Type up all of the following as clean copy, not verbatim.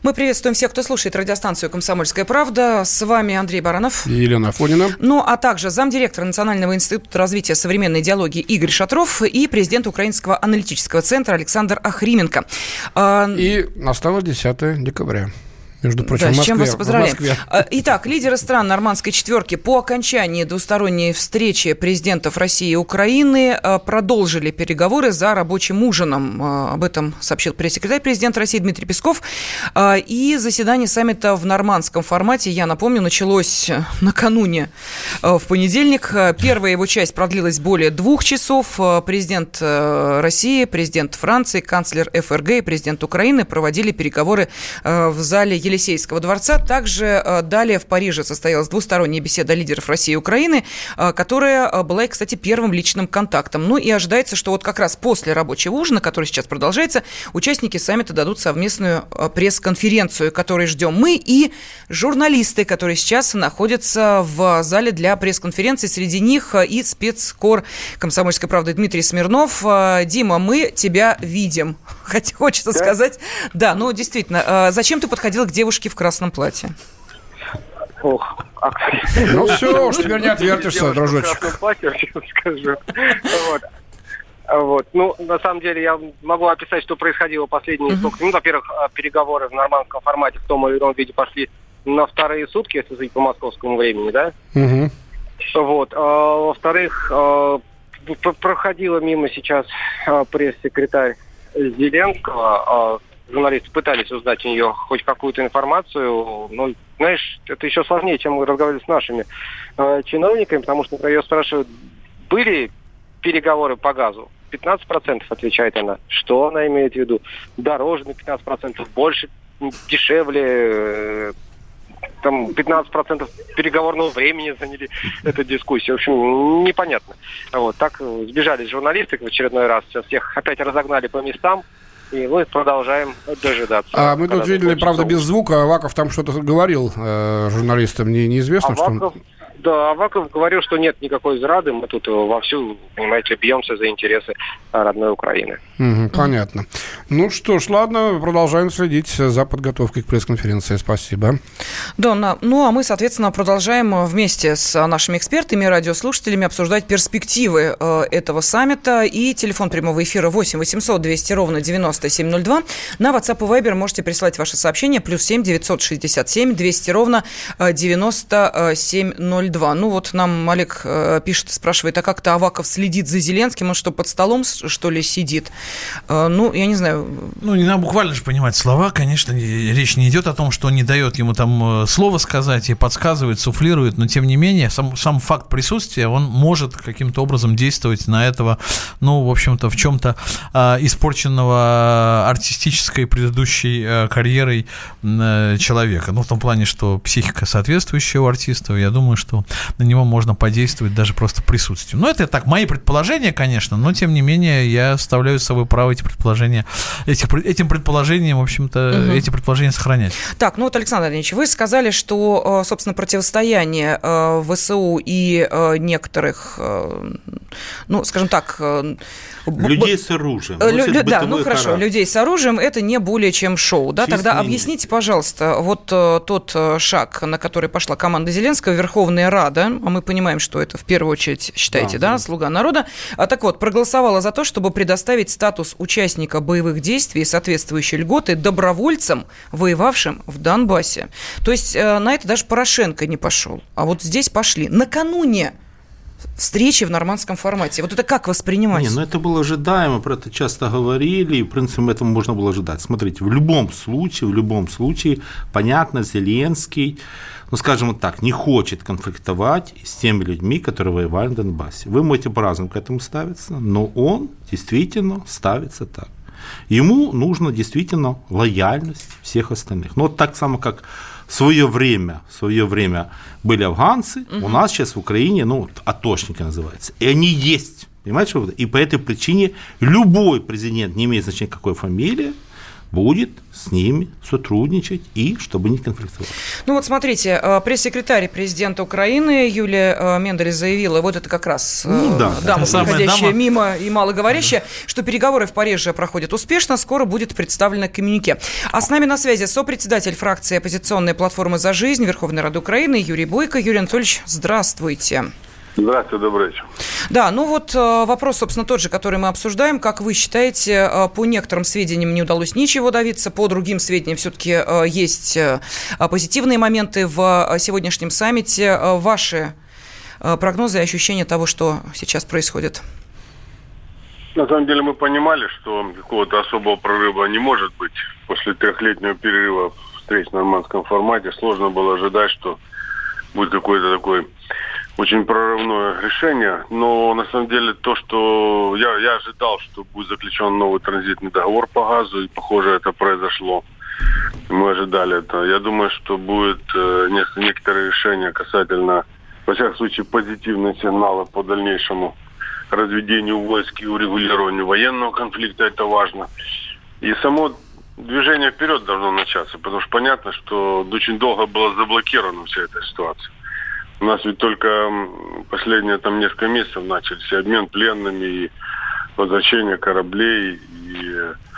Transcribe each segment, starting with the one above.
Мы приветствуем всех, кто слушает радиостанцию «Комсомольская правда». С вами Андрей Баранов. И Елена Афонина. Ну, а также замдиректора Национального института развития современной идеологии Игорь Шатров и президент Украинского аналитического центра Александр Охрименко. И настало 10 декабря. Между прочим, да, в Москве. С чем вас поздравляем. Итак, лидеры стран Нормандской четверки по окончании двусторонней встречи президентов России и Украины продолжили переговоры за рабочим ужином. Об этом сообщил пресс-секретарь президента России Дмитрий Песков. И заседание саммита в нормандском формате, я напомню, началось накануне в понедельник. Первая его часть продлилась более 2 часов. Президент России, президент Франции, канцлер ФРГ и президент Украины проводили переговоры в зале Елисейского дворца. Также далее в Париже состоялась двусторонняя беседа лидеров России и Украины, которая была, кстати, первым личным контактом. Ну и ожидается, что вот как раз после рабочего ужина, который сейчас продолжается, участники саммита дадут совместную пресс-конференцию, которой ждем мы и журналисты, которые сейчас находятся в зале для пресс-конференции. Среди них и спецкор «Комсомольской правды» Дмитрий Смирнов. Дима, мы тебя видим. Хотя хочется сказать. Да, ну действительно, зачем ты подходил к девушке в красном платье? Ох, ну все, уж теперь не отвертишься, дружочек. В красном платье, скажу. Вот. Ну, на самом деле, я могу описать, что происходило последние сколько минут. Во-первых, переговоры в нормандском формате в том или ином виде пошли на вторые сутки, если судить по московскому времени, да? Вот. Во-вторых, проходила мимо сейчас пресс-секретарь Зеленского. Журналисты пытались узнать у нее хоть какую-то информацию, но, знаешь, это еще сложнее, чем мы разговаривали с нашими чиновниками, потому что ее спрашивают, были переговоры по газу? 15% отвечает она. Что она имеет в виду? Дороже на 15%, больше, дешевле, там 15% переговорного времени заняли эту дискуссию. В общем, непонятно. Вот, так сбежали журналисты в очередной раз, сейчас всех опять разогнали по местам. И мы продолжаем дожидаться. Мы тут видели, правда, без звука. Аваков там что-то говорил журналистам. Неизвестно, Аваков, что... Да, Аваков говорил, что нет никакой зрады. Мы тут вовсю, понимаете, бьемся за интересы родной Украины. Понятно. Ну что ж, ладно, продолжаем следить за подготовкой к пресс-конференции. Спасибо. Да, ну а мы, соответственно, продолжаем вместе с нашими экспертами и радиослушателями обсуждать перспективы этого саммита. И телефон прямого эфира 8 800 200 ровно 9702. На WhatsApp и Viber можете прислать ваши сообщения. +7 967 200 ровно 9702. Ну вот нам Олег пишет, спрашивает, а как-то Аваков следит за Зеленским? Он что, под столом, что ли, сидит? Ну, я не знаю. Ну, не надо буквально же понимать слова. Конечно, речь не идет о том, что он не дает ему там слово сказать и подсказывает, суфлирует, но тем не менее сам факт присутствия, он может каким-то образом действовать на этого, ну, в общем-то, в чем-то испорченного артистической предыдущей карьерой человека. Ну, в том плане, что психика соответствующая у артиста, я думаю, что на него можно подействовать даже просто присутствием. Ну, это так, мои предположения, конечно, но, тем не менее, я оставляю с собой право этим предположениям, в общем-то, эти предположения сохранять. Так, ну вот, Александр Ильич, вы сказали, что, собственно, противостояние ВСУ и некоторых, ну, скажем так... Людей с оружием. Да, ну хорошо, характер. Людей с оружием – это не более чем шоу. Да? Тогда объясните, пожалуйста, вот тот шаг, на который пошла команда Зеленского, Верховная Рада, а мы понимаем, что это в первую очередь, считаете, да, слуга народа, так вот, проголосовала за то, чтобы предоставить статус участника боевых действий и соответствующие льготы добровольцам, воевавшим в Донбассе. То есть на это даже Порошенко не пошел, а вот здесь пошли. Накануне встречи в нормандском формате. Вот это как воспринимать? Не, ну это было ожидаемо, про это часто говорили, и, в принципе, этого можно было ожидать. Смотрите, в любом случае, понятно, Зеленский, ну, скажем вот так, не хочет конфликтовать с теми людьми, которые воевали в Донбассе. Вы можете по-разному к этому ставиться, но он действительно ставится так. Ему нужна действительно лояльность всех остальных. Ну, вот так само, как в свое время были афганцы, у нас сейчас в Украине, ну, атошники называются, и они есть, понимаете, что? И по этой причине любой президент, не имеет значения какой фамилии, будет с ними сотрудничать и чтобы не конфликтовать. Ну вот смотрите, пресс-секретарь президента Украины Юлия Мендель заявила, вот это как раз дама, проходящая мимо и малоговорящая, что переговоры в Париже проходят успешно, скоро будет представлено коммюнике. А с нами на связи сопредседатель фракции оппозиционной платформы «За жизнь» Верховной Рады Украины Юрий Бойко. Юрий Анатольевич, здравствуйте. Здравствуйте, добрый вечер. Да, ну вот вопрос, собственно, тот же, который мы обсуждаем. Как вы считаете, по некоторым сведениям не удалось ничего добиться, по другим сведениям все-таки есть позитивные моменты в сегодняшнем саммите. Ваши прогнозы и ощущения того, что сейчас происходит? На самом деле мы понимали, что какого-то особого прорыва не может быть. После 3-летнего перерыва встреч в нормандском формате сложно было ожидать, что будет какой-то такой очень прорывное решение, но на самом деле то, что я ожидал, что будет заключен новый транзитный договор по газу, и похоже это произошло. Мы ожидали это. Я думаю, что будет некоторые решения касательно, во всяком случае, позитивные сигналы по дальнейшему разведению войск и урегулированию военного конфликта, это важно. И само движение вперед должно начаться, потому что понятно, что очень долго была заблокирована вся эта ситуация. У нас ведь только последние несколько месяцев начались обмен пленными и возвращение кораблей, и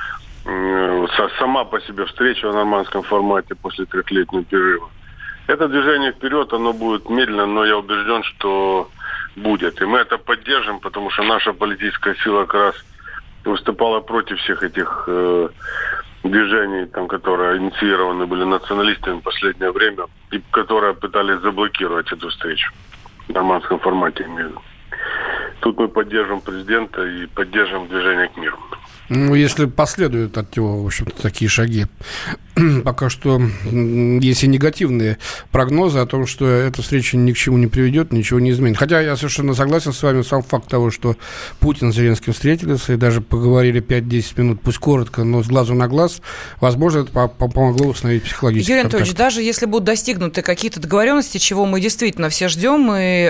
сама по себе встреча в нормандском формате после 3-летнего перерыва. Это движение вперед, оно будет медленно, но я убежден, что будет. И мы это поддержим, потому что наша политическая сила как раз выступала против всех этих движений, которые инициированы были националистами в последнее время, и которые пытались заблокировать эту встречу в нормандском формате. Тут мы поддержим президента и поддержим движение к миру. Ну, если последуют от него, в общем-то, такие шаги. Пока что есть и негативные прогнозы о том, что эта встреча ни к чему не приведет, ничего не изменит. Хотя я совершенно согласен с вами, сам факт того, что Путин с Зеленским встретились и даже поговорили 5-10 минут, пусть коротко, но с глазу на глаз, возможно, это помогло установить психологический Юрий контакт. Анатольевич, даже если будут достигнуты какие-то договоренности, чего мы действительно все ждем и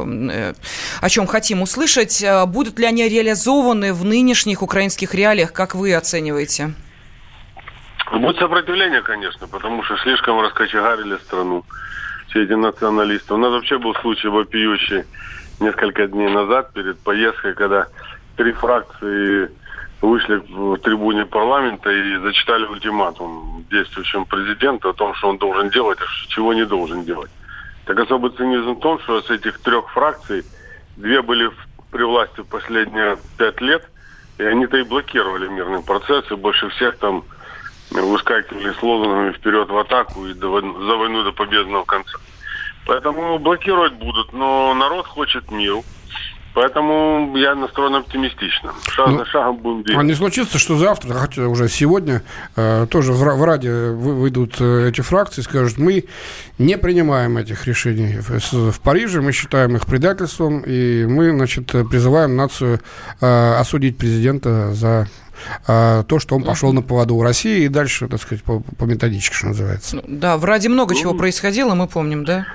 о чем хотим услышать, будут ли они реализованы в нынешних украинских реалиях, как вы оцениваете? Будет сопротивление, конечно, потому что слишком раскочегарили страну все эти националисты. У нас вообще был случай вопиющий несколько дней назад перед поездкой, когда 3 фракции вышли в трибуне парламента и зачитали ультиматум действующему президенту о том, что он должен делать, а чего не должен делать. Так особый цинизм в том, что с этих 3 фракций 2 были при власти в последние 5 лет, и они-то и блокировали мирный процесс, и больше всех там выскакивали с лозунгами «вперед в атаку» и за войну до победного конца. Поэтому блокировать будут, но народ хочет миру. Поэтому я настроен оптимистично. Шаг за шагом будем двигаться. А не случится, что завтра, хотя уже сегодня, тоже в Раде выйдут эти фракции и скажут, мы не принимаем этих решений в Париже, мы считаем их предательством, и мы, призываем нацию осудить президента за то, что он пошел на поводу у России и дальше, так сказать, по методичке, что называется. Да, в Раде много чего происходило, мы помним, да?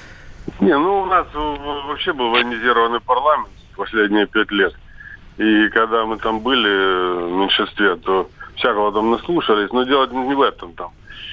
У нас вообще был военизированный парламент последние 5 лет. И когда мы там были в меньшинстве, то всякого там наслушались, но дело не в этом там.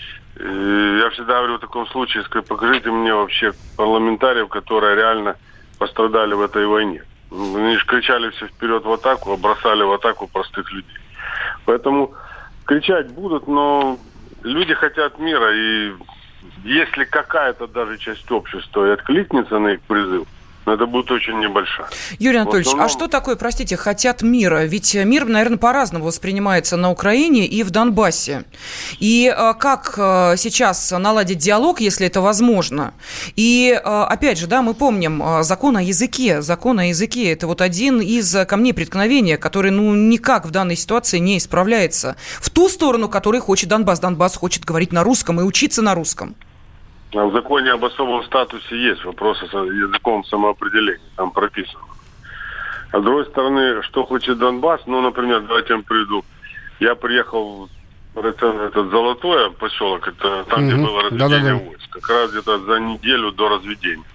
И я всегда говорю в таком случае, покажите мне вообще парламентариев, которые реально пострадали в этой войне. Они же кричали все вперед в атаку, а бросали в атаку простых людей. Поэтому кричать будут, но люди хотят мира, и если какая-то даже часть общества и откликнется на их призыв, но это будет очень небольшая. Юрий Анатольевич, а что такое, простите, хотят мира? Ведь мир, наверное, по-разному воспринимается на Украине и в Донбассе. И как сейчас наладить диалог, если это возможно? И, опять же, да, мы помним закон о языке. Закон о языке – это вот один из камней преткновения, который, никак в данной ситуации не исправляется. В ту сторону, которую хочет Донбасс. Донбасс хочет говорить на русском и учиться на русском. В законе об особом статусе есть вопросы с языком самоопределения, там прописано. А с другой стороны, что хочет Донбасс, например, давайте я вам приведу. Я приехал в этот Золотое поселок, это там, где было разведение войск, как раз где-то за неделю до разведения.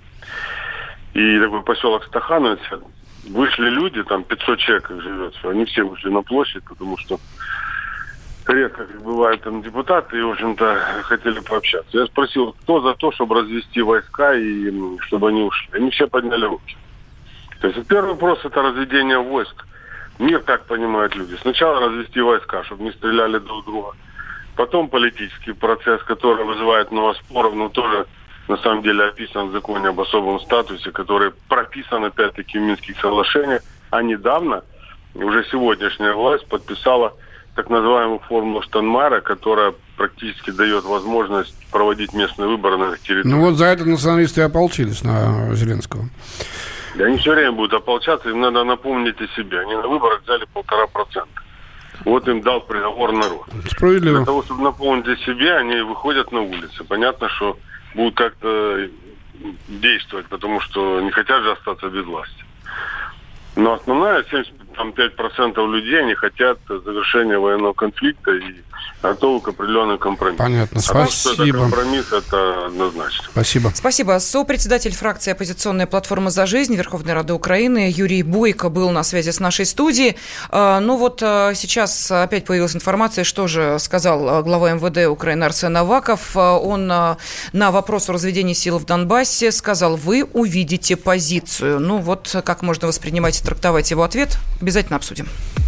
И такой поселок Стахановец, вышли люди, там 500 человек живет, они все вышли на площадь, потому что редко, как бывают там депутаты, и, в общем-то, хотели пообщаться. Я спросил, кто за то, чтобы развести войска и чтобы они ушли. Они все подняли руки. То есть первый вопрос – это разведение войск. Мир так понимают люди. Сначала развести войска, чтобы не стреляли друг друга. Потом политический процесс, который вызывает много споров, но тоже на самом деле описан в законе об особом статусе, который прописан опять-таки в Минских соглашениях. А недавно уже сегодняшняя власть подписала так называемую формулу Штайнмайера, которая практически дает возможность проводить местные выборы на их территории. Ну вот за это националисты и ополчились на Зеленского. И они все время будут ополчаться, им надо напомнить о себе. Они на выборах взяли 1,5%. Вот им дал приговор народ. Справедливо. Для того, чтобы напомнить о себе, они выходят на улицы. Понятно, что будут как-то действовать, потому что не хотят же остаться без власти. Но основная 75% людей, они хотят завершения военного конфликта и готовы к определенным компромиссам. Понятно, спасибо. Что это компромисс, это однозначно. Спасибо. Спасибо. Сопредседатель фракции «Оппозиционная платформа за жизнь» Верховной Рады Украины Юрий Бойко был на связи с нашей студией. Ну вот сейчас опять появилась информация, что же сказал глава МВД Украины Арсен Аваков. Он на вопрос о разведении сил в Донбассе сказал: вы увидите позицию. Ну вот как можно воспринимать и трактовать его ответ, обязательно обсудим.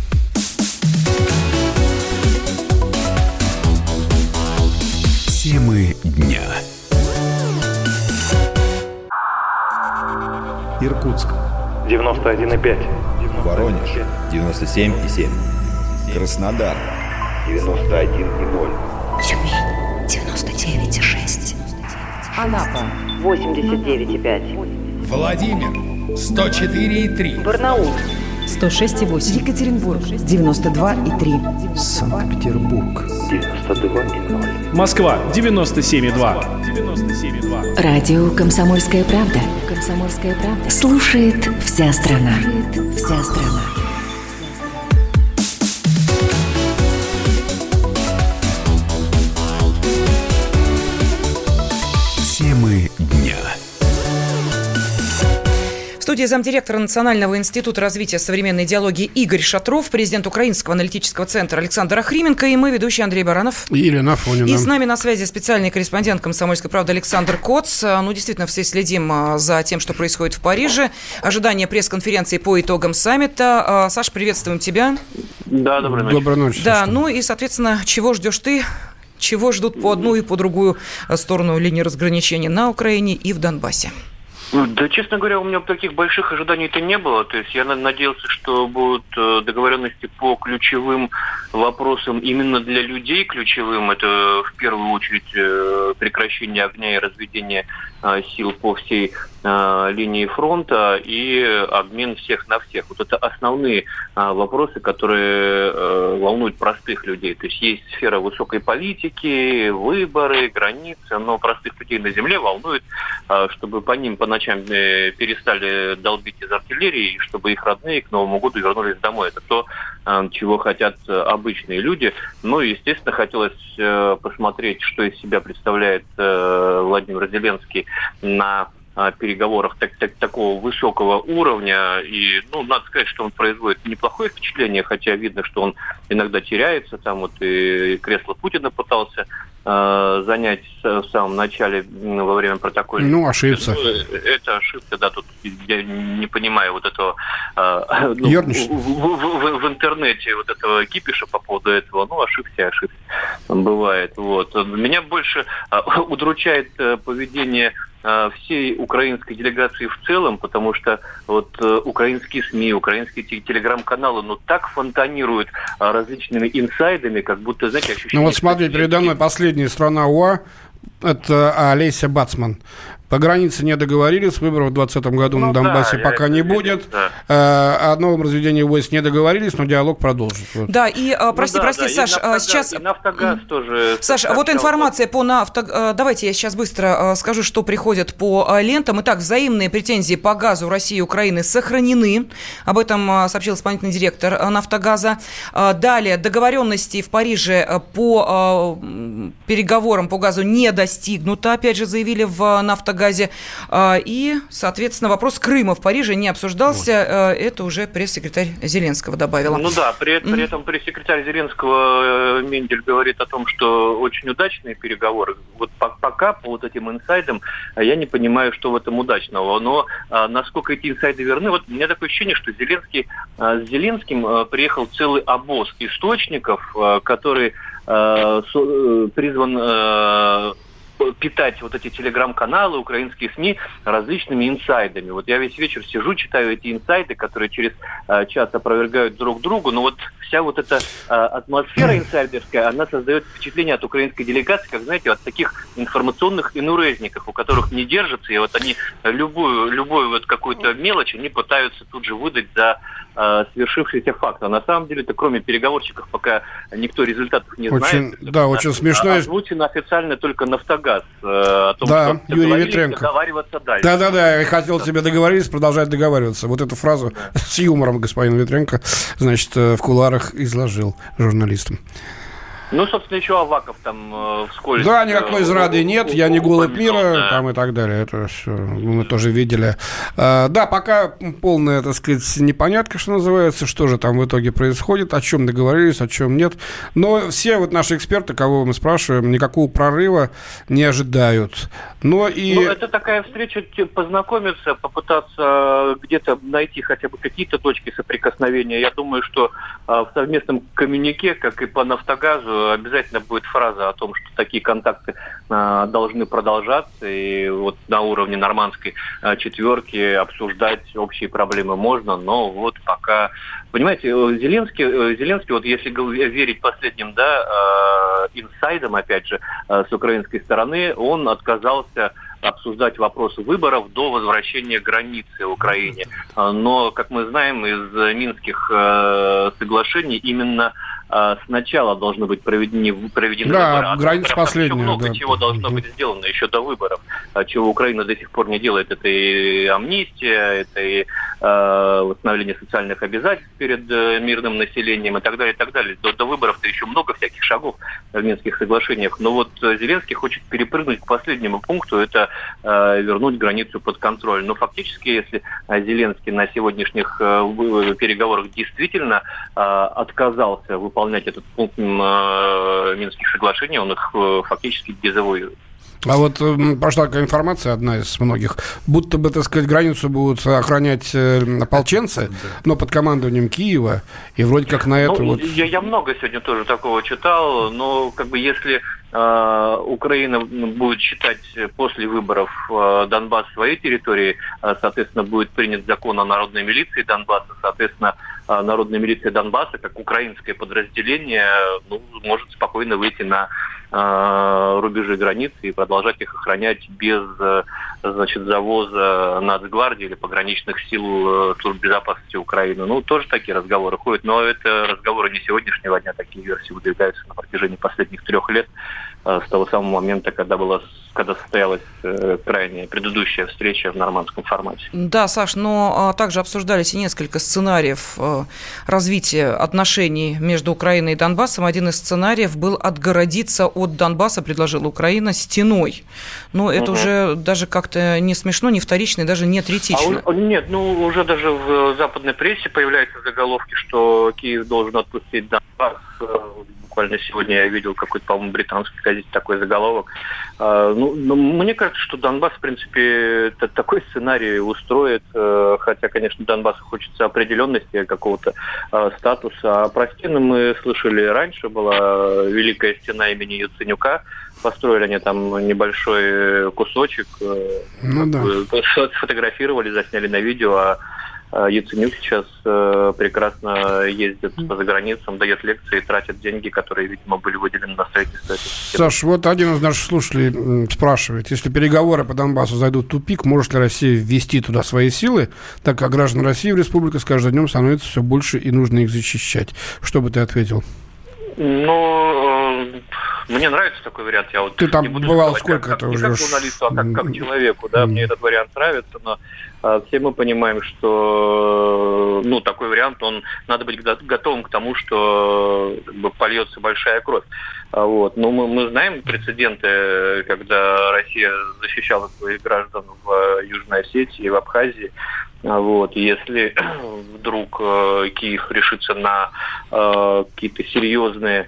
Темы дня. Иркутск 91,5. Воронеж 97,7. Краснодар 91,0. Тюмень 99,6. Анапа 89,5. Владимир 104,3. Барнаул 106,8. Екатеринбург 92,3. Санкт-Петербург 92,0. Москва 97,2. Радио «Комсомольская правда». «Комсомольская правда». Слушает вся страна. Вся страна. Темы дня. В студии замдиректора Национального института развития современной идеологии Игорь Шатров, президент Украинского аналитического центра Александр Охрименко и мы, ведущий Андрей Баранов. И Елена Афонина. И с нами на связи специальный корреспондент «Комсомольской правды» Александр Коц. Ну, действительно, все следим за тем, что происходит в Париже. Ожидание пресс-конференции по итогам саммита. Саш, приветствуем тебя. Да, доброй ночи. Доброй ночи. Да, ну и, соответственно, чего ждешь ты? Чего ждут по одну и по другую сторону линии разграничения на Украине и в Донбассе? Да, честно говоря, у меня таких больших ожиданий-то не было. То есть я надеялся, что будут договоренности по ключевым вопросам именно для людей ключевым. Это в первую очередь прекращение огня и разведение сил по всей линии фронта и обмен всех на всех. Вот это основные вопросы, которые волнуют простых людей. То есть есть сфера высокой политики, выборы, границы, но простых людей на земле волнует, чтобы по ним по ночам перестали долбить из артиллерии, чтобы их родные к Новому году вернулись домой. Это то, чего хотят обычные люди. Ну и, естественно, хотелось посмотреть, что из себя представляет Владимир Зеленский на переговорах такого высокого уровня. И, надо сказать, что он производит неплохое впечатление, хотя видно, что он иногда теряется. Там вот и кресло Путина пытался занять в самом начале во время протокола. Ошибся. Это ошибка, да, тут я не понимаю вот этого в интернете вот этого кипиша по поводу этого. Ошибся. Бывает. Вот. Меня больше удручает поведение всей украинской делегации в целом, потому что вот украинские СМИ, украинские телеграм-каналы, так фонтанируют различными инсайдами, как будто, знаете, ощущение... Вот смотри, передо мной последняя страна УА, это Олеся Бацман. По границе не договорились, выборов в 2020 году на Донбассе пока не будет. О новом разведении войск не договорились, но диалог продолжит. Вот. Да, и, прости, Саш, сейчас... И «Нафтогаз» тоже... Саш, вот информация по «Нафтогаз». Давайте я сейчас быстро скажу, что приходит по лентам. Итак, взаимные претензии по газу России и Украины сохранены. Об этом сообщил исполнительный директор «Нафтогаза». Далее, договоренности в Париже по переговорам по газу не достигнуты. достигнуто, опять же, заявили в «Нафтогазе». И, соответственно, вопрос Крыма в Париже не обсуждался. Это уже пресс-секретарь Зеленского добавила. Ну да, при этом пресс-секретарь Зеленского Мендель говорит о том, что очень удачные переговоры. Вот пока по вот этим инсайдам я не понимаю, что в этом удачного. Но насколько эти инсайды верны, вот у меня такое ощущение, что с Зеленским приехал целый обоз источников, который призван питать вот эти телеграм-каналы, украинские СМИ различными инсайдами. Вот я весь вечер сижу, читаю эти инсайды, которые через час опровергают друг другу, но вот вся вот эта атмосфера инсайдерская, она создает впечатление от украинской делегации, как, знаете, от таких информационных инурезников, у которых не держится, и вот они любую вот какую-то мелочь, они пытаются тут же выдать за свершившийся факт. А на самом деле, это кроме переговорщиков, пока никто результатов не знает. Да, очень смешно. Озвучено официально только «Нафтогаз». О том, да, Юрий Ветренко. Договариваться дальше. Да, я хотел тебе договориться, продолжать договариваться. Вот эту фразу с юмором господин Ветренко, значит, в кулуарах изложил журналистам. Ну, собственно, еще Аваков там вскользь... Да, никакой зрады нет, я не голубь мира, да. Там и так далее. Это все мы тоже видели. Да, пока полная, так сказать, непонятка, что называется, что же там в итоге происходит, о чем договорились, о чем нет. Но все вот наши эксперты, кого мы спрашиваем, никакого прорыва не ожидают. Ну, это такая встреча, познакомиться, попытаться где-то найти хотя бы какие-то точки соприкосновения. Я думаю, что в совместном коммюнике, как и по «Нафтогазу», обязательно будет фраза о том, что такие контакты должны продолжаться, и вот на уровне нормандской четверки обсуждать общие проблемы можно, но вот пока... Понимаете, Зеленский, вот если верить последним, инсайдам, опять же, с украинской стороны, он отказался обсуждать вопросы выборов до возвращения границы в Украине. Но, как мы знаем, из Минских соглашений именно сначала должны быть проведены выборы. Граница последняя. Много чего должно быть сделано еще до выборов, чего Украина до сих пор не делает. Это и амнистия, это и восстановление социальных обязательств перед мирным населением и так далее, и так далее. До выборов-то еще много всяких шагов в Минских соглашениях. Но вот Зеленский хочет перепрыгнуть к последнему пункту, это вернуть границу под контроль. Но фактически, если Зеленский на сегодняшних переговорах действительно отказался выполнять этот пункт Минских соглашений, он их фактически дезавуирует. А вот прошла такая информация, одна из многих, будто бы, так сказать, границу будут охранять ополченцы, но под командованием Киева, и вроде как на это вот... Я много сегодня тоже такого читал, но как бы если Украина будет считать после выборов Донбасс своей территорией, соответственно, будет принят закон о народной милиции Донбасса, соответственно, народная милиция Донбасса, как украинское подразделение, может спокойно выйти на рубежи границы и продолжать их охранять без, завоза Нацгвардии или пограничных сил служб безопасности Украины. Тоже такие разговоры ходят, но это разговоры не сегодняшнего дня, такие версии выдвигаются на протяжении последних 3 лет, с того самого момента, когда состоялась крайняя предыдущая встреча в нормандском формате. Да, Саш, но также обсуждались и несколько сценариев развития отношений между Украиной и Донбассом. Один из сценариев был отгородиться от Донбасса, предложила Украина, стеной. Но это уже даже как-то не смешно, не вторично и даже не третично. Нет, уже даже в западной прессе появляются заголовки, что Киев должен отпустить Донбасс. Буквально сегодня я видел какой-то, по-моему, британской газете такой заголовок. Мне кажется, что Донбасс, в принципе, такой сценарий устроит, хотя, конечно, Донбассу хочется определенности, какого-то статуса. А про стены мы слышали раньше, была Великая стена имени Яценюка. Построили они там небольшой кусочек, сфотографировали, засняли на видео, а Яценюк сейчас прекрасно ездит по заграницам, дает лекции, тратит деньги, которые, видимо, были выделены на строительство этой системы. Саш, вот один из наших слушателей спрашивает, если переговоры по Донбассу зайдут в тупик, может ли Россия ввести туда свои силы, так как граждан России в республике с каждым днем становится все больше и нужно их защищать? Что бы ты ответил? Мне нравится такой вариант. Я ты там бывал сколько как журналисту, а как человеку, да, мне этот вариант нравится, но все мы понимаем, что такой вариант, надо быть готовым к тому, что польется большая кровь. Вот. Но мы знаем прецеденты, когда Россия защищала своих граждан в Южной Осетии и в Абхазии. Вот. Если вдруг Киев решится на какие-то серьезные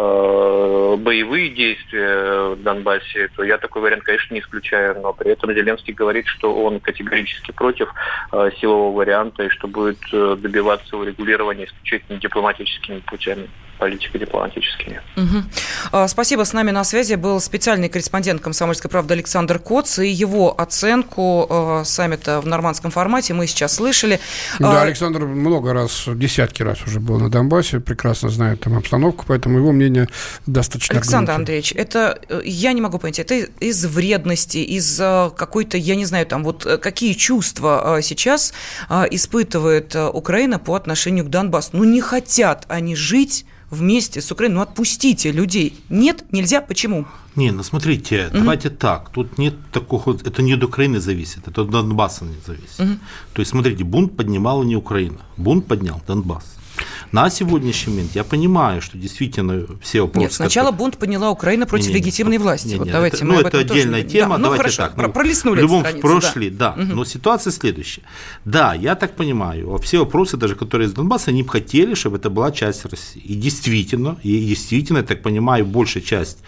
боевые действия в Донбассе, то я такой вариант, конечно, не исключаю. Но при этом Зеленский говорит, что он категорически против силового варианта и что будет добиваться урегулирования исключительно дипломатическими путями. Политико-дипломатическими. Угу. Спасибо. С нами на связи был специальный корреспондент «Комсомольской правды» Александр Коц. И его оценку саммита в нормандском формате мы сейчас слышали. Да, Александр много раз, десятки раз уже был на Донбассе, прекрасно знает там обстановку, поэтому его мнение достаточно... Александр Андреевич, это, я не могу понять, это из вредности, из какой-то, я не знаю, там вот какие чувства сейчас испытывает Украина по отношению к Донбассу? Ну, не хотят они жить вместе с Украиной, ну отпустите людей. Нет, нельзя, почему? Не, ну смотрите, давайте так, тут нет такого, это не от Украины зависит, это от Донбасса не зависит. То есть, смотрите, бунт поднимала не Украина, бунт поднял Донбасс. На сегодняшний момент я понимаю, что действительно все вопросы... Нет, сначала бунт подняла Украина против легитимной власти. Вот давайте мы об этом это отдельная тема, да, давайте хорошо, так. Пролистнули в любом страницу, прошли, да. Но ситуация следующая. Да, я так понимаю, все вопросы, даже которые из Донбасса, они бы хотели, чтобы это была часть России. И действительно, я так понимаю, большая часть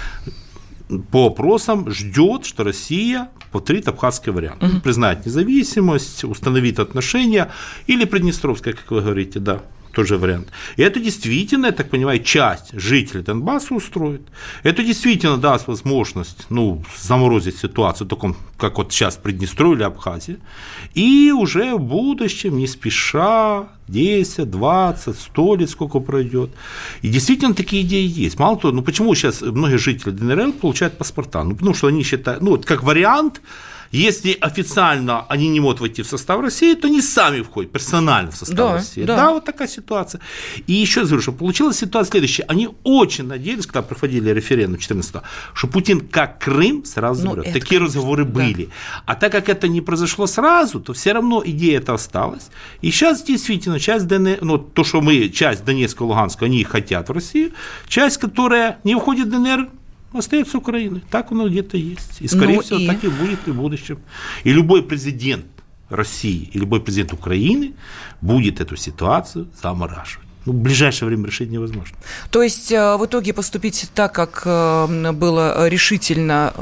по опросам ждет, что Россия повторит абхазский вариант. Признает независимость, установит отношения, или Приднестровская, как вы говорите, да. Тоже вариант. И это действительно, я так понимаю, часть жителей Донбасса устроит. Это действительно даст возможность заморозить ситуацию, таком, как вот сейчас в Приднестровье или Абхазии. И уже в будущем, не спеша, 10, 20, 100 лет сколько пройдет. И действительно такие идеи есть. Мало того, почему сейчас многие жители ДНР получают паспорта? Потому что они считают, как вариант, если официально они не могут войти в состав России, то они сами входят персонально в состав России. Да, вот такая ситуация. И еще раз говорю, что получилась ситуация следующая. Они очень надеялись, когда проходили референдум 14-го, что Путин как Крым сразу заберет. Такие разговоры были. А так как это не произошло сразу, то все равно идея эта осталась. И сейчас действительно часть ДНР, то, что часть Донецка и Луганска, они хотят в Россию, часть, которая не входит в ДНР, остается Украиной. Так оно где-то есть. И, скорее всего, так и будет и в будущем. И любой президент России и любой президент Украины будет эту ситуацию замораживать. В ближайшее время решить невозможно. То есть, в итоге поступить так, как было решительно...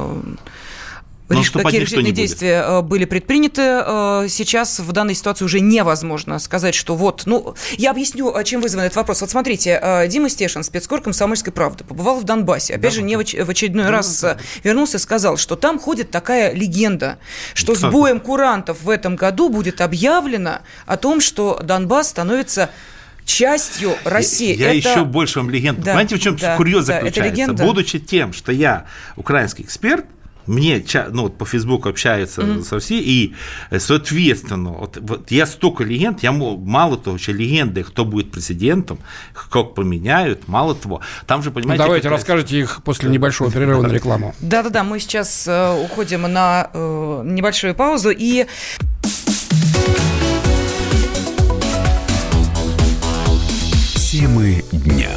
Какие решительные действия были предприняты, сейчас в данной ситуации уже невозможно сказать, что я объясню, чем вызван этот вопрос. Вот смотрите, Дима Стешин, спецкор «Комсомольской правды», побывал в Донбассе, опять же, не в очередной раз вернулся и сказал, что там ходит такая легенда, что с боем курантов в этом году будет объявлено о том, что Донбасс становится частью России. Я еще больше вам легенду. Понимаете, в чем курьез заключается? Будучи тем, что я украинский эксперт, мне по Фейсбуку общаются со всеми, и, соответственно, я столько легенд, мало того, что легенды, кто будет президентом, как поменяют, мало того. Там же, понимаете... Давайте расскажите их после небольшого перерыва на рекламу. Да-да-да, мы сейчас уходим на небольшую паузу, и... Темы дня.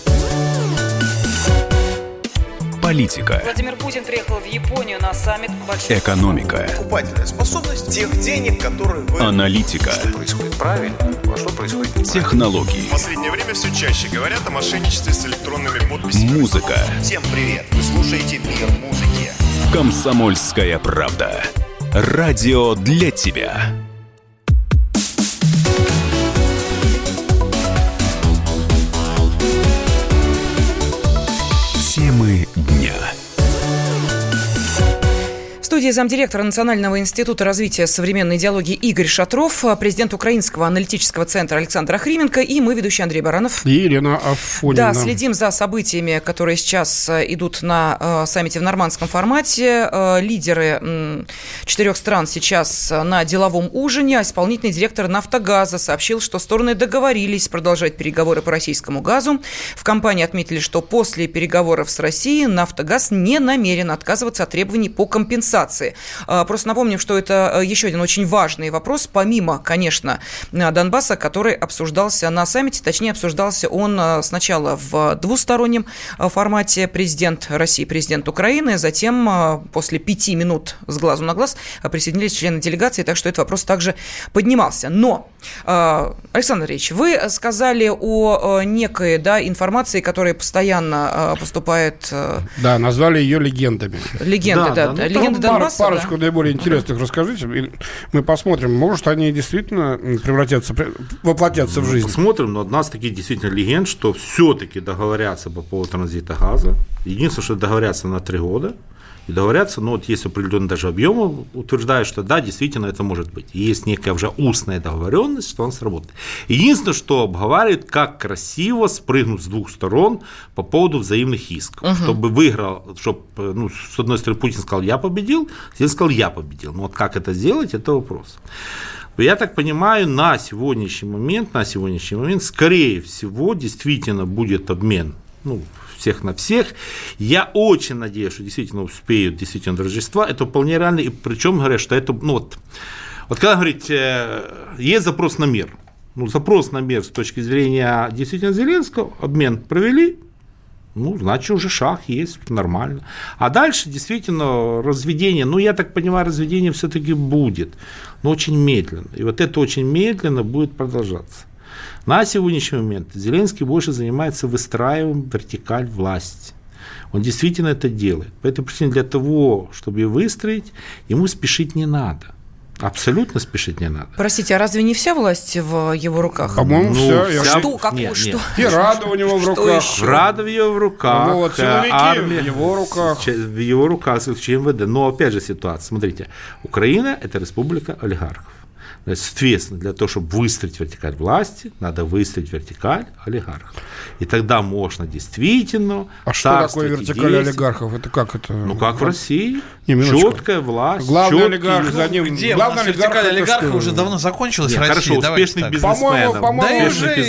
Политика. Владимир Путин приехал в Японию на саммит большой... Экономика. Покупательная способность тех денег, которые вы... Аналитика. Что происходит правильно, а что происходит неправильно. Технологии. В последнее время все чаще говорят о мошенничестве с электронными подписями. Музыка. Всем привет, вы слушаете «Мир музыки». Комсомольская правда. Радио для тебя. Темы дня. В студии замдиректора Национального института развития современной идеологии Игорь Шатров, президент Украинского аналитического центра Александр Охрименко и мы, ведущий Андрей Баранов. И Елена Афонина. Да, следим за событиями, которые сейчас идут на саммите в нормандском формате. Лидеры 4 стран сейчас на деловом ужине. Исполнительный директор «Нафтогаза» сообщил, что стороны договорились продолжать переговоры по российскому газу. В компании отметили, что после переговоров с Россией «Нафтогаз» не намерен отказываться от требований по компенсации информации. Просто напомним, что это еще один очень важный вопрос, помимо, конечно, Донбасса, который обсуждался на саммите, точнее, обсуждался он сначала в двустороннем формате: президент России, президент Украины, затем после 5 минут с глазу на глаз присоединились члены делегации, так что этот вопрос также поднимался. Но, Александр Андреевич, вы сказали о некой информации, которая постоянно поступает... Да, назвали ее легендами. Легенды, да. Легенды Донбасса. Парочку наиболее интересных расскажите, и мы посмотрим, может, они действительно воплотятся в жизнь. Посмотрим, но одна из таких действительно легенд, что все-таки договорятся по поводу транзита газа. Единственное, что договорятся на 3 года. И договорятся, но вот есть определенный даже объем, утверждают, что да, действительно это может быть. И есть некая уже устная договоренность, что он сработает. Единственное, что обговаривают, как красиво спрыгнуть с 2 сторон по поводу взаимных исков. Чтобы выиграл, чтобы, с одной стороны, Путин сказал, я победил, Зеленский сказал, я победил. Но вот как это сделать, это вопрос. Я так понимаю, на сегодняшний момент, скорее всего, действительно будет обмен, всех на всех. Я очень надеюсь, что действительно успеют до Рождества. Это вполне реально. И причем говорят, что это, вот когда говорить, есть запрос на мир. Запрос на мир с точки зрения действительно Зеленского, обмен провели, значит, уже шаг есть, нормально. А дальше действительно разведение, я так понимаю, разведение все-таки будет, но очень медленно. И вот это очень медленно будет продолжаться. На сегодняшний момент Зеленский больше занимается выстраиванием вертикаль власти. Он действительно это делает. По этой причине для того, чтобы ее выстроить, ему спешить не надо. Абсолютно спешить не надо. Простите, а разве не вся власть в его руках? По-моему, вся. Что? Что? И Рада у него в руках. Рада в ее руках. Силовики в его руках. В его руках, МВД. Но опять же ситуация. Смотрите, Украина – это республика олигархов. Соответственно, для того, чтобы выстроить вертикаль власти, надо выстроить вертикаль олигархов. И тогда можно действительно... А что такое вертикаль олигархов? Это как это? Как в России. Четкая власть. Главный олигарх за ним. Где? У нас вертикаль олигархов уже давно закончилась в России. Хорошо, успешных бизнесменов. По-моему,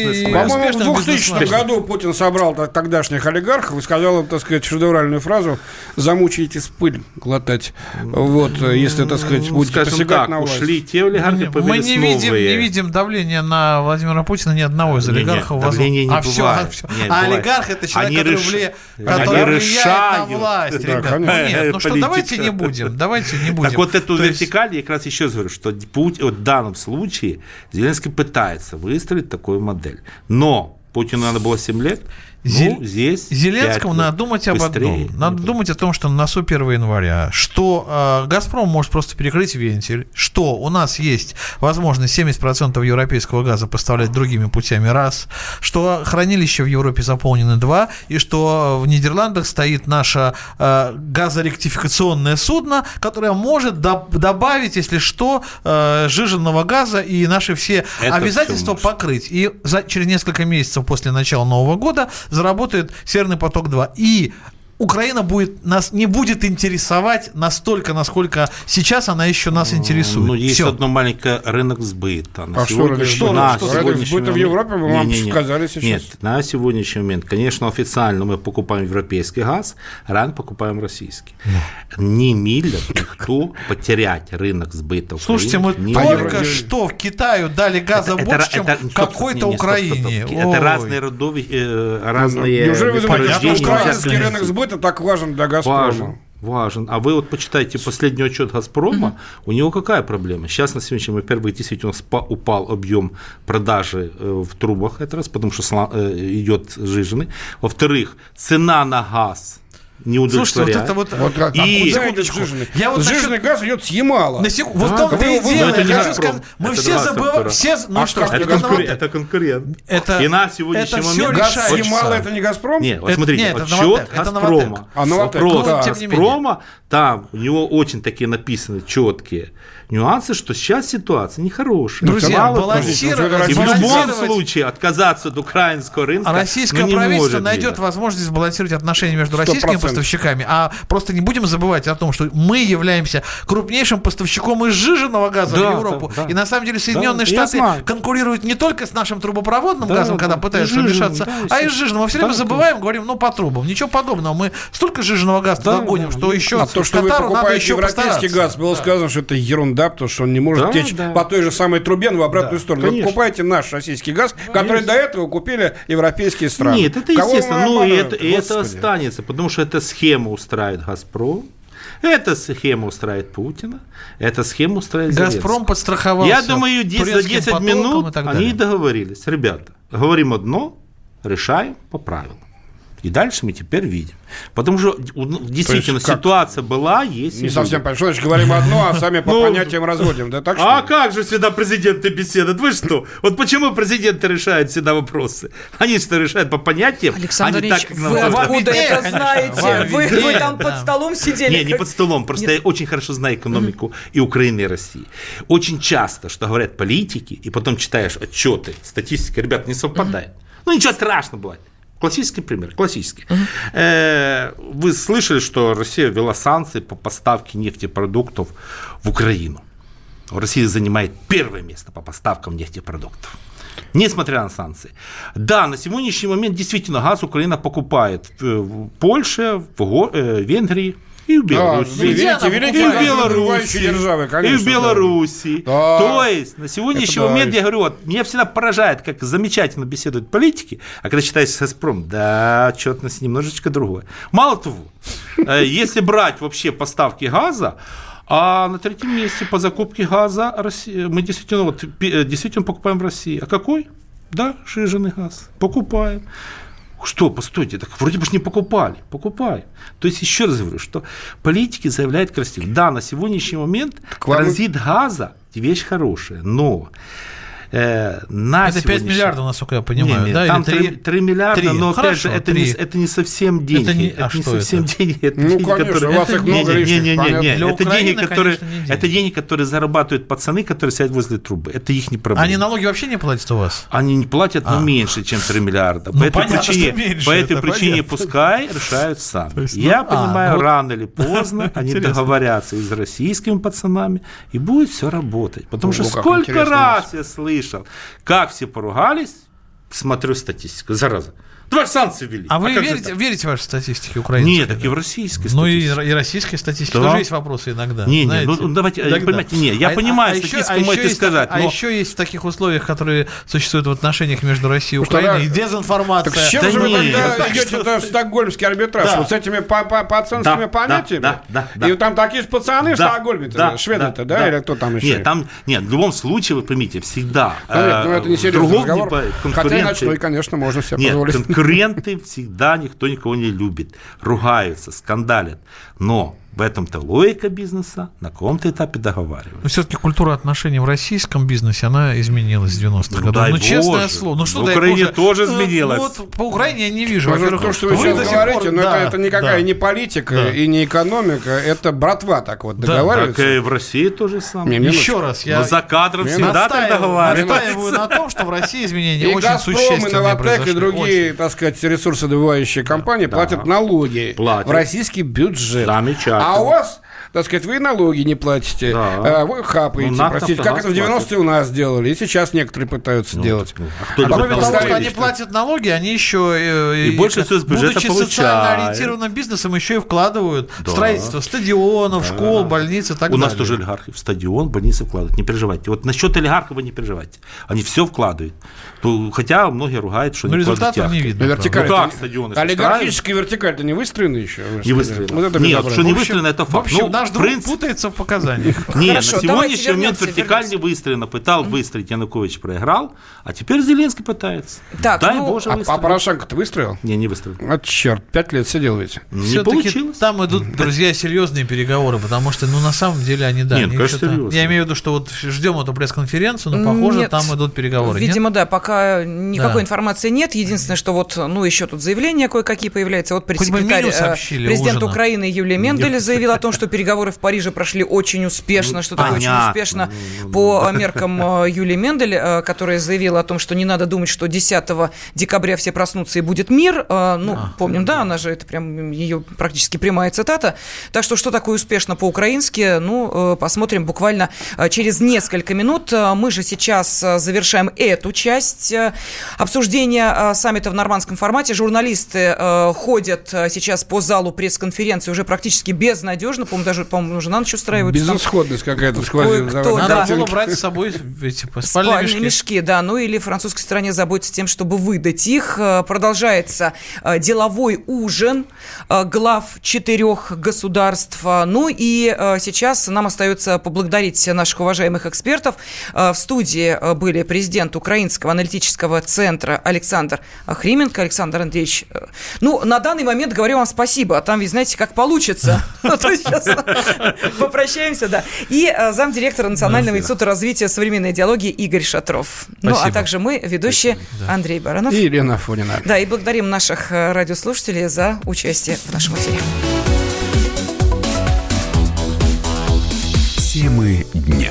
в 2000 году Путин собрал тогдашних олигархов и сказал им, так сказать, шедевральную фразу: замучаетесь пыль глотать. Если, так сказать, будете посягать на власть. Ушли те олигархи, мы не видим давления на Владимира Путина ни одного из олигархов. Давления не бывает. А олигарх – это человек, который влияет на власть. Нет, давайте не будем. Так вот эту вертикаль, я как раз еще говорю, что в данном случае Зеленский пытается выстроить такую модель. Но Путину надо было 7 лет. Здесь Зеленскому надо думать об одном. Надо думать о том, что на носу 1 января, что «Газпром» может просто перекрыть вентиль, что у нас есть возможность 70% европейского газа поставлять другими путями, раз, что хранилища в Европе заполнены, 2, и что в Нидерландах стоит наше газоректификационное судно, которое может добавить, если что, сжиженного газа и наши все обязательства покрыть. И через несколько месяцев после начала Нового года заработает «Северный поток-2». И Украина нас не будет интересовать настолько, насколько сейчас она еще нас интересует. Есть одно маленькое рынок сбыта. Рынок сбыта в Европе, вы вам сказали сейчас. Нет, на сегодняшний момент, конечно, официально мы покупаем европейский газ, ранее покупаем российский. Не милля никто потерять рынок сбыта Украины. Слушайте, мы только что в Китаю дали газа больше, чем в какой-то Украине. Это разные разные. Неужели вы думаете, что украинский рынок сбыта так важен для «Газпрома»? Важен. А вы почитайте последний отчет «Газпрома», у него какая проблема? Сейчас на сегодняшний момент, во-первых, действительно упал объем продажи в трубах, это раз, потому что идет сжиженный. Во-вторых, цена на газ не удовлетворяет. Слушайте, сжиженный газ идет с Ямала. Вот в том-то и дело. Мы все забываем. Это конкурент. И на сегодняшний момент газ с Ямала — это не «Газпром»? Нет, вот смотрите, отчет «Газпрома». «Газпрома», там у него очень такие написаны четкие нюансы, что сейчас ситуация нехорошая. Друзья, и в любом случае отказаться от украинского рынка российское правительство найдет возможность сбалансировать отношения между российским поставщиками, а просто не будем забывать о том, что мы являемся крупнейшим поставщиком изжиженного газа в Европу. И на самом деле Соединенные Штаты конкурируют не только с нашим трубопроводным газом, когда пытаются вмешаться, а и сжиженным. Мы все время забываем, говорим, по трубам. Ничего подобного. Мы столько сжиженного газа туда гоним, что еще то, что вы покупаете европейский газ, было сказано, что это ерунда, потому что он не может течь по той же самой трубе, но в обратную сторону. Вы покупаете наш российский газ, который до этого купили европейские страны. Нет, это естественно. И это останется, потому что эта схема устраивает «Газпром». Эта схема устраивает Путина, эта схема устраивает Зеленского. «Газпром» подстраховался. Я думаю, за 10 минут они договорились. Ребята, говорим одно, решаем по правилам. И дальше мы теперь видим. Потому что действительно ситуация была, есть. Не совсем понятно. Что значит говорим одно, а сами по понятиям разводим. Да, так, а как же всегда президенты беседуют? Вы что? Вот почему президенты решают всегда вопросы? Они что решают по понятиям? Александр Ильич, вы откуда это знаете? Вы там под столом сидели? Нет, не под столом. Просто я очень хорошо знаю экономику и Украины, и России. Очень часто, что говорят политики, и потом читаешь отчеты, статистика, ребят, не совпадает. Ну ничего страшного бывает. Классический пример, классический. Вы слышали, что Россия ввела санкции по поставке нефтепродуктов в Украину? Россия занимает первое место по поставкам нефтепродуктов, несмотря на санкции. Да, на сегодняшний момент действительно газ Украина покупает в Польше, в Венгрии, и в Беларуси, и в Беларуси. Да. То есть на сегодняшний момент я говорю, меня всегда поражает, как замечательно беседуют политики, а когда читаешь «Газпром», да, отчетность немножечко другое. Мало того, если брать вообще поставки газа, а на третьем месте по закупке газа мы действительно покупаем в России. А какой? Да, сжиженный газ. Покупаем. Что, постойте, так вроде бы не покупали. Покупаем. То есть, еще раз говорю, что политики заявляют красиво. Да, на сегодняшний момент транзит газа – вещь хорошая, но это 5 миллиардов, насколько я понимаю, нет, да? Там 3 миллиарда, 3. Но опять же, это не совсем деньги. Это не совсем деньги. Это деньги, конечно, у вас их много лишних. Это деньги, которые зарабатывают пацаны, которые сидят возле трубы. Это их не проблема. Они налоги вообще не платят у вас? Они не платят, но меньше, чем 3 миллиарда. По этой причине пускай решают сами. Я понимаю, рано или поздно они договорятся и с российскими пацанами, и будет все работать. Потому что сколько раз я слышал, как все поругались, смотрю статистику, зараза. Два санкции ввели. А вы верите в ваши статистики украинцев? Нет, так и в российской статистике. Ну и российской статистике тоже есть вопросы иногда. Давайте, понимаете, я понимаю, статистику можете сказать. А еще есть в таких условиях, которые существуют в отношениях между Россией и Украиной, и дезинформация. Так с чем же вы тогда идете в стокгольмский арбитраж? Вот с этими пацанскими понятиями? И там такие же пацаны в Стокгольме, шведы-то, да? Или кто там еще? Нет, в любом случае, вы поймите, всегда. Ну это не серьезный разговор. Хотя ночной, конечно, можно себе позволить. Конкуренты всегда никто никого не любит, ругаются, скандалят, но в этом-то логика бизнеса, на каком-то этапе договариваются. Но все-таки культура отношений в российском бизнесе, она изменилась с 90-х годов. Ну, честное слово. В Украине тоже изменилась. Вот по Украине я не вижу. Во-первых, то, что вы сейчас говорите, но это никакая не политика и не экономика, это братва так вот договаривается. Так и в России то же самое. Еще раз, я за кадром всегда так договариваются. Настаиваю на том, что в России изменения очень существенные. И «Газпром», и «Новатэк», и другие, так сказать, ресурсодобывающие компании платят налоги в российский бюджет. Замечательно. А у вас, так сказать, вы налоги не платите, вы хапаете, простите, как это в 90-е у нас делали, и сейчас некоторые пытаются делать. Кроме того, что они платят налоги, они еще, больше всего с бюджета будучи социально ориентированным бизнесом, еще и вкладывают в строительство стадионов, школ, больниц и так далее. У нас тоже олигархи в стадион, больницы вкладывают, не переживайте. Вот насчет олигархов вы не переживайте, они все вкладывают. Хотя многие ругают, что не вкладывают. Результатов не видно. Вертикаль. Как стадионы? Олигархическая вертикаль-то не выстроена еще? Не выстроена. Нет, что не выстроена, это факт. Наш друг путается в показаниях. Нет, на сегодняшний момент вертикаль не выстроена. Пытал выстроить, Янукович проиграл, а теперь Зеленский пытается. Дай Боже выстроить. А Порошенко-то выстроил? Не выстроил. А черт, 5 лет сидел ведь. Не получилось. Там идут, друзья, серьезные переговоры, потому что, на самом деле они, да. Нет, конечно, серьезно. Я имею в виду, что вот ждем эту пресс-конференцию, но, похоже, там идут переговоры. Видимо, да, пока никакой информации нет. Единственное, что вот, еще тут заявления кое-какие появляются. Вот пресс-секретарь президента Украины Юлия Мендель заявил о том, что переговоры переговоры в Париже прошли очень успешно, что такое очень успешно по меркам Юлии Мендель, которая заявила о том, что не надо думать, что 10 декабря все проснутся и будет мир. Помним, да, она же, это прям ее практически прямая цитата. Так что такое успешно по-украински, посмотрим буквально через несколько минут. Мы же сейчас завершаем эту часть обсуждения саммита в нормандском формате. Журналисты ходят сейчас по залу пресс-конференции уже практически безнадежно. По-моему, уже на ночь устраиваются. Безысходность какая-то сквозит. Надо было брать с собой эти спальные мешки. Да, или французской стороне заботиться тем, чтобы выдать их. Продолжается деловой ужин глав 4 государств. И сейчас нам остается поблагодарить наших уважаемых экспертов. В студии были президент Украинского аналитического центра Александр Хрименко. Александр Андреевич, на данный момент говорю вам спасибо, а там, вы знаете, как получится. Сейчас попрощаемся, да. И замдиректора Национального института развития современной идеологии Игорь Шатров. А также мы, ведущие Андрей Баранов и Елена Афонина. Да, и благодарим наших радиослушателей за участие в нашем эфире. Темы дня.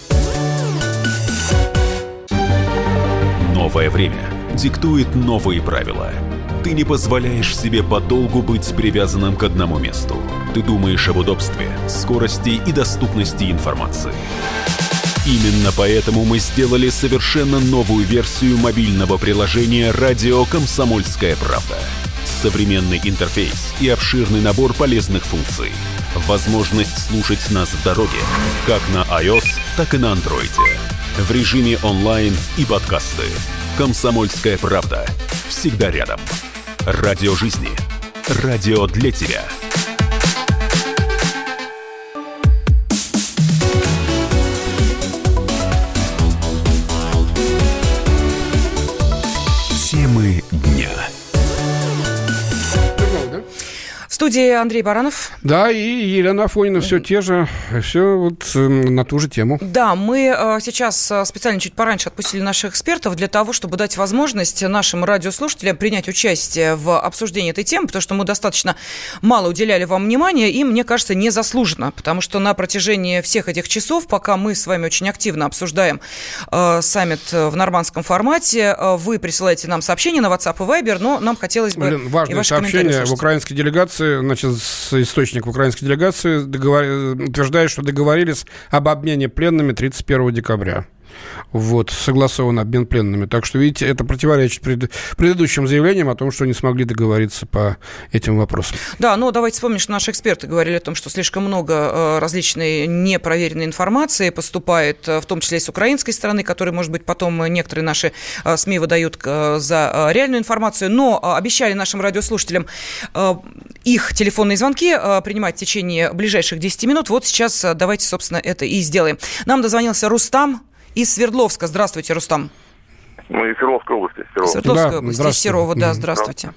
Новое время диктует новые правила. Ты не позволяешь себе подолгу быть привязанным к одному месту. Ты думаешь об удобстве, скорости и доступности информации. Именно поэтому мы сделали совершенно новую версию мобильного приложения «Радио Комсомольская правда». Современный интерфейс и обширный набор полезных функций. Возможность слушать нас в дороге, как на iOS, так и на Android. В режиме онлайн и подкасты. «Комсомольская правда». Всегда рядом. Радио жизни. Радио для тебя. Темы дня. В студии Андрей Баранов. Да, и Елена Афонина, все те же, все на ту же тему. Да, мы сейчас специально чуть пораньше отпустили наших экспертов для того, чтобы дать возможность нашим радиослушателям принять участие в обсуждении этой темы, потому что мы достаточно мало уделяли вам внимания, и, мне кажется, незаслуженно, потому что на протяжении всех этих часов, пока мы с вами очень активно обсуждаем саммит в нормандском формате, вы присылаете нам сообщения на WhatsApp и Viber, но нам хотелось бы важное сообщение в украинской делегации. Источник в украинской делегации утверждает, что договорились об обмене пленными 31 декабря. Согласован обмен пленными. Так что, видите, это противоречит предыдущим заявлениям о том, что не смогли договориться по этим вопросам. Да, давайте вспомним, что наши эксперты говорили о том, что слишком много различной непроверенной информации поступает, в том числе и с украинской стороны, которой, может быть, потом некоторые наши СМИ выдают за реальную информацию. Но обещали нашим радиослушателям их телефонные звонки принимать в течение ближайших 10 минут. Сейчас давайте, собственно, это и сделаем. Нам дозвонился Рустам из Свердловска. Здравствуйте, Рустам. Из Свердловской области. Свердловской области, из Серова, да, здравствуйте.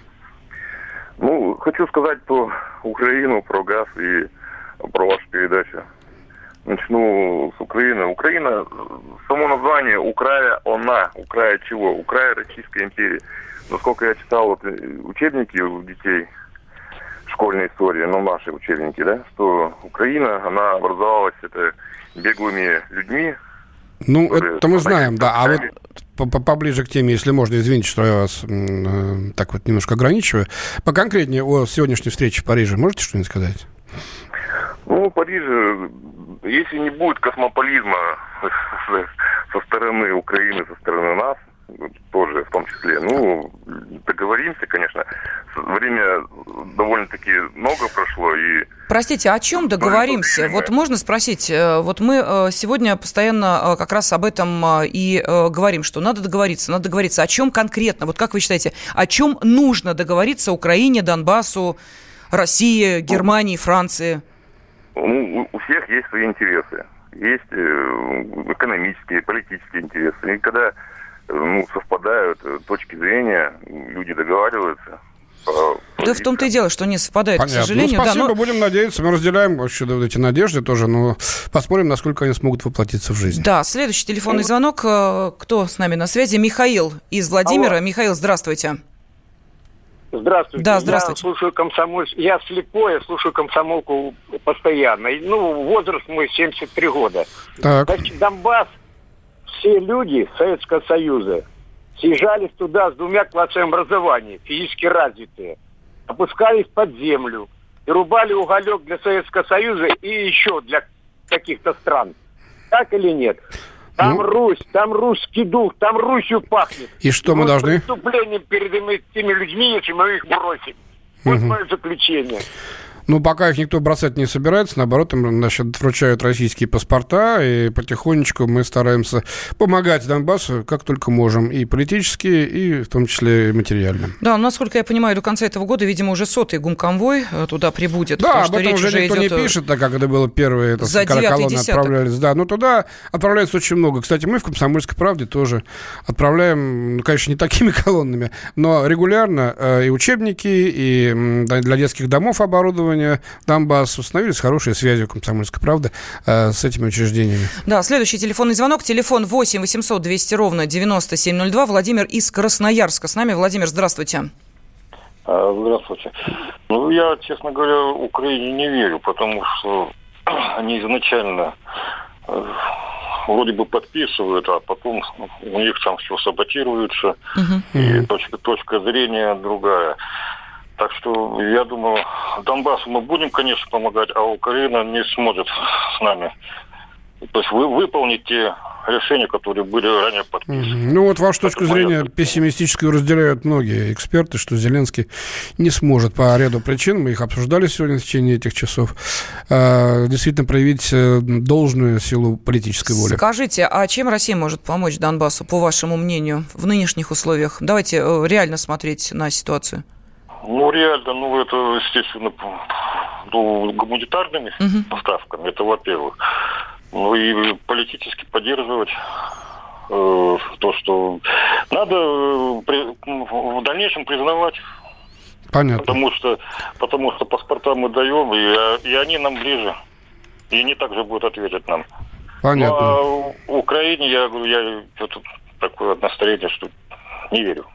Хочу сказать про Украину, про газ и про вашу передачу. Начну с Украины. Украина, само название «Украя она». Украя чего? Украя Российской империи. Насколько я читал учебники у детей, школьной истории, наши учебники, да, что Украина, она образовалась беглыми людьми. Это мы знаем, да. А поближе к теме, если можно, извините, что я вас так немножко ограничиваю. Поконкретнее о сегодняшней встрече в Париже можете что-нибудь сказать? В Париже, если не будет космополизма со стороны Украины, со стороны нас, тоже в том числе, договоримся, конечно. Время довольно-таки много прошло. Простите, о чем договоримся? Можно спросить, мы сегодня постоянно как раз об этом и говорим, что надо договориться. О чем конкретно? Как вы считаете, о чем нужно договориться Украине, Донбассу, России, Германии, Франции? У всех есть свои интересы. Есть экономические, политические интересы. И когда совпадают точки зрения, люди договариваются. Да в том-то и дело, что не совпадает, к сожалению. Спасибо, будем надеяться. Мы разделяем вообще эти надежды тоже, но посмотрим, насколько они смогут воплотиться в жизнь. Да, следующий телефонный звонок. Кто с нами на связи? Михаил из Владимира. Алло. Михаил, здравствуйте. Здравствуйте. Да, здравствуйте. Я слепой, я слушаю комсомолку постоянно. Возраст мой 73 года. Так. Значит, Донбасс, все люди Советского Союза съезжались туда с 2 классами образования, физически развитые, опускались под землю и рубали уголек для Советского Союза и еще для каких-то стран. Так или нет? Там Русь, там русский дух, там Русью пахнет. И что мы должны? Преступлением перед этими людьми, если мы их бросим. Вот мое заключение. Ну, пока их никто бросать не собирается, наоборот, им, значит, вручают российские паспорта, и потихонечку мы стараемся помогать Донбассу как только можем, и политически, и в том числе и материально. Да, насколько я понимаю, до конца этого года, видимо, уже 100-й гумконвой туда прибудет. Да, об этом уже никто не пишет, так как это было первые, за колонны отправлялись. Да, но туда отправляется очень много. Кстати, мы в «Комсомольской правде» тоже отправляем, ну, конечно, не такими колоннами, но регулярно и учебники, и для детских домов оборудование. Донбасс, установились хорошие связи у «Комсомольской правды» с этими учреждениями. Да, следующий телефонный звонок. Телефон 8 800 200 ровно 9702. Владимир из Красноярска. С нами. Владимир, здравствуйте. Здравствуйте. Ну, я, честно говоря, Украине не верю, потому что они изначально вроде бы подписывают, а потом у них там все саботируется, и точка зрения другая. Так что, я думаю, Донбассу мы будем, конечно, помогать, а Украина не сможет с нами. То есть выполнить те решения, которые были ранее подписаны. Ну вот вашу точку зрения пессимистическую разделяют многие эксперты, что Зеленский не сможет по ряду причин, мы их обсуждали сегодня в течение этих часов, действительно проявить должную силу политической воли. Скажите, а чем Россия может помочь Донбассу, по вашему мнению, в нынешних условиях? Давайте реально смотреть на ситуацию. Ну, реально, это, естественно, гуманитарными поставками, это во-первых. Ну, и политически поддерживать то, что надо в дальнейшем признавать. Понятно. Потому что паспорта мы даем, и они нам ближе. И они также будут ответить нам. Понятно. Ну, а Украине, я говорю, я такое настроение, что не верю.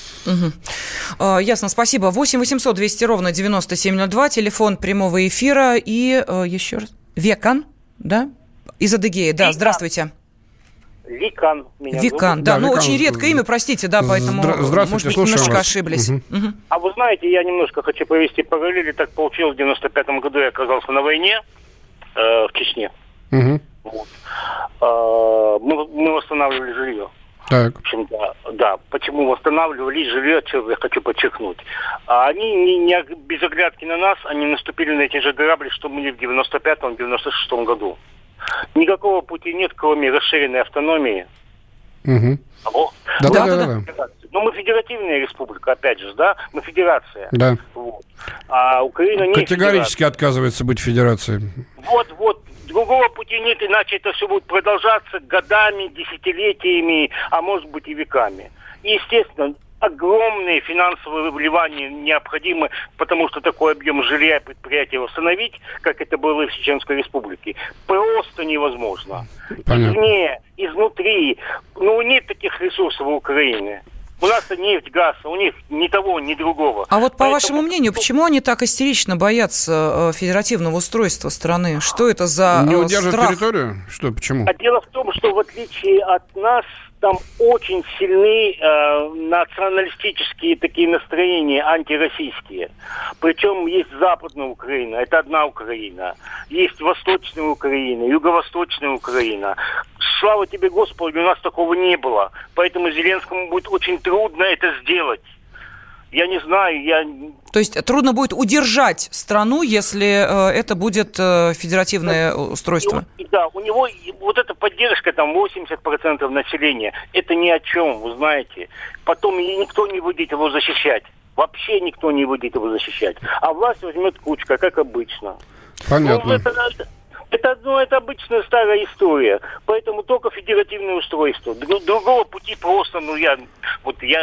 Ясно, спасибо. 8 800 200 ровно 9702, телефон прямого эфира. И еще раз. Векан, да? Из Адыгеи, да, здравствуйте. Викан меня Викан, зовут. да, ну очень редкое имя, простите, да, поэтому, может быть, немножко ошиблись. А вы знаете, я немножко хочу провести параллели. Так получилось, в 95-м году я оказался на войне в Чечне. Вот. Мы восстанавливали жилье. Так. В общем-то, да. Почему восстанавливали жилье, что я хочу подчеркнуть. А они не без оглядки на нас, они наступили на эти же грабли, что мы в 95-м, 96-м году. Никакого пути нет, кроме расширенной автономии. Алло? Да. Но мы федеративная республика, опять же, да? Мы федерация. Да. Вот. А Украина не категорически федерация. Отказывается быть федерацией. Вот. Другого пути нет, иначе это все будет продолжаться годами, десятилетиями, а может быть и веками. И, естественно, огромные финансовые вливания необходимы, потому что такой объем жилья и предприятий восстановить, как это было в Чеченской Республике, просто невозможно. Понятно. Извне, изнутри. Нет таких ресурсов в Украине. У нас нефть, газ, у них ни того, ни другого. А вот по вашему мнению, почему они так истерично боятся федеративного устройства страны? Что это за не удерживать страх? территорию? Что, почему? А дело в том, что в отличие от нас, там очень сильны националистические такие настроения, антироссийские. Причем есть Западная Украина, это одна Украина. Есть Восточная Украина, Юго-Восточная Украина. Слава тебе, Господи, у нас такого не было. Поэтому Зеленскому будет очень трудно это сделать. Я не знаю, То есть трудно будет удержать страну, если это будет федеративное устройство? Да, у него вот эта поддержка, там 80% населения, это ни о чем, вы знаете. Потом никто не будет его защищать. Вообще никто не будет его защищать. А власть возьмет кучка, как обычно. Понятно. Это обычная старая история. Поэтому только федеративное устройство. Другого пути просто, я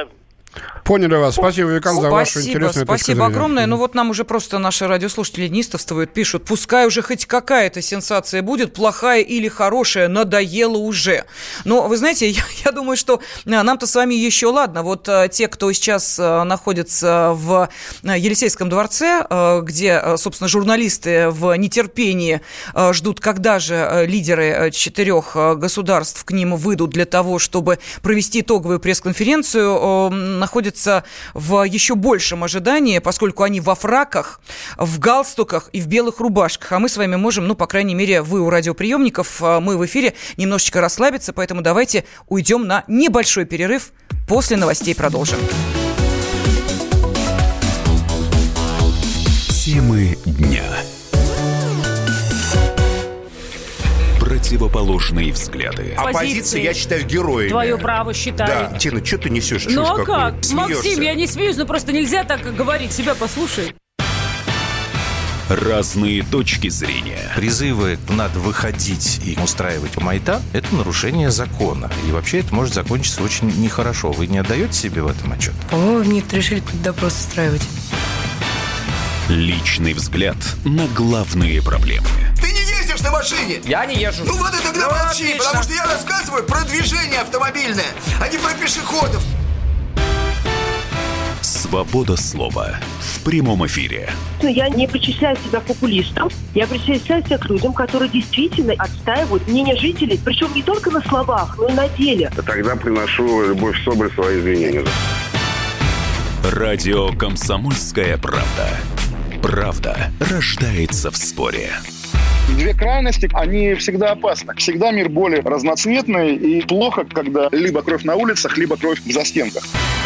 Поняли вас. Спасибо, Викан, за вашу интересную точку зрения. Спасибо огромное. Ну вот нам уже просто наши радиослушатели неистовствуют, пишут, пускай уже хоть какая-то сенсация будет, плохая или хорошая, надоело уже. Но вы знаете, я думаю, что нам-то с вами еще ладно. Вот те, кто сейчас находится в Елисейском дворце, где, собственно, журналисты в нетерпении ждут, когда же лидеры 4 государств к ним выйдут для того, чтобы провести итоговую пресс-конференцию, находятся в еще большем ожидании, поскольку они во фраках, в галстуках и в белых рубашках. А мы с вами можем, ну, по крайней мере, вы у радиоприемников, мы в эфире, немножечко расслабиться, поэтому давайте уйдем на небольшой перерыв. После новостей продолжим. Темы дня. Противоположные взгляды. Оппозиция, я считаю, героями. Твое право считаю. Да, Тина, что ты несешь? Ну а как? Смеешься. Максим, я не смеюсь, но просто нельзя так говорить. Себя послушай. Разные точки зрения. Призывы «надо выходить и устраивать майдан» – это нарушение закона. И вообще это может закончиться очень нехорошо. Вы не отдаете себе в этом отчет? По-моему, нет, решили какой-то допрос устраивать. Личный взгляд на главные проблемы. Ты не ездишь на машине? Я не езжу. Ну вот и тогда молчи, отлично. потому что я рассказываю про движение автомобильное, а не про пешеходов. Свобода слова в прямом эфире. Я не причисляю себя к популистам, я причисляю себя к людям, которые действительно отстаивают мнение жителей, причем не только на словах, но и на деле. Тогда приношу Любовь Соболь свои извинения. Радио «Комсомольская правда». Правда рождается в споре. Две крайности, они всегда опасны. Всегда мир более разноцветный, и плохо, когда либо кровь на улицах, либо кровь в застенках.